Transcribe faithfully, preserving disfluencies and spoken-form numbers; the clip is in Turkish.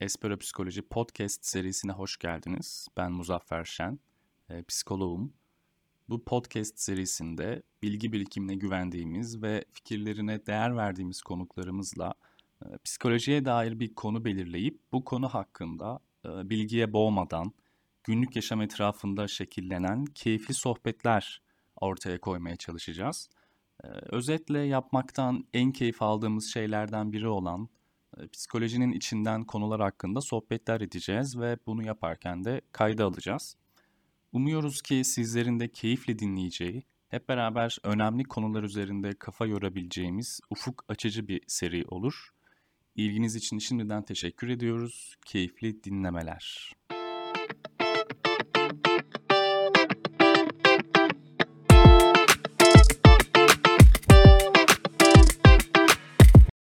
Espero Psikoloji Podcast serisine hoş geldiniz. Ben Muzaffer Şen, e, psikoloğum. Bu podcast serisinde bilgi birikimine güvendiğimiz ve fikirlerine değer verdiğimiz konuklarımızla e, psikolojiye dair bir konu belirleyip bu konu hakkında e, bilgiye boğmadan günlük yaşam etrafında şekillenen keyifli sohbetler ortaya koymaya çalışacağız. E, özetle yapmaktan en keyif aldığımız şeylerden biri olan e, psikolojinin içinden konular hakkında sohbetler edeceğiz ve bunu yaparken de kayda alacağız. Umuyoruz ki sizlerin de keyifle dinleyeceği, hep beraber önemli konular üzerinde kafa yorabileceğimiz ufuk açıcı bir seri olur. İlginiz için şimdiden teşekkür ediyoruz. Keyifli dinlemeler.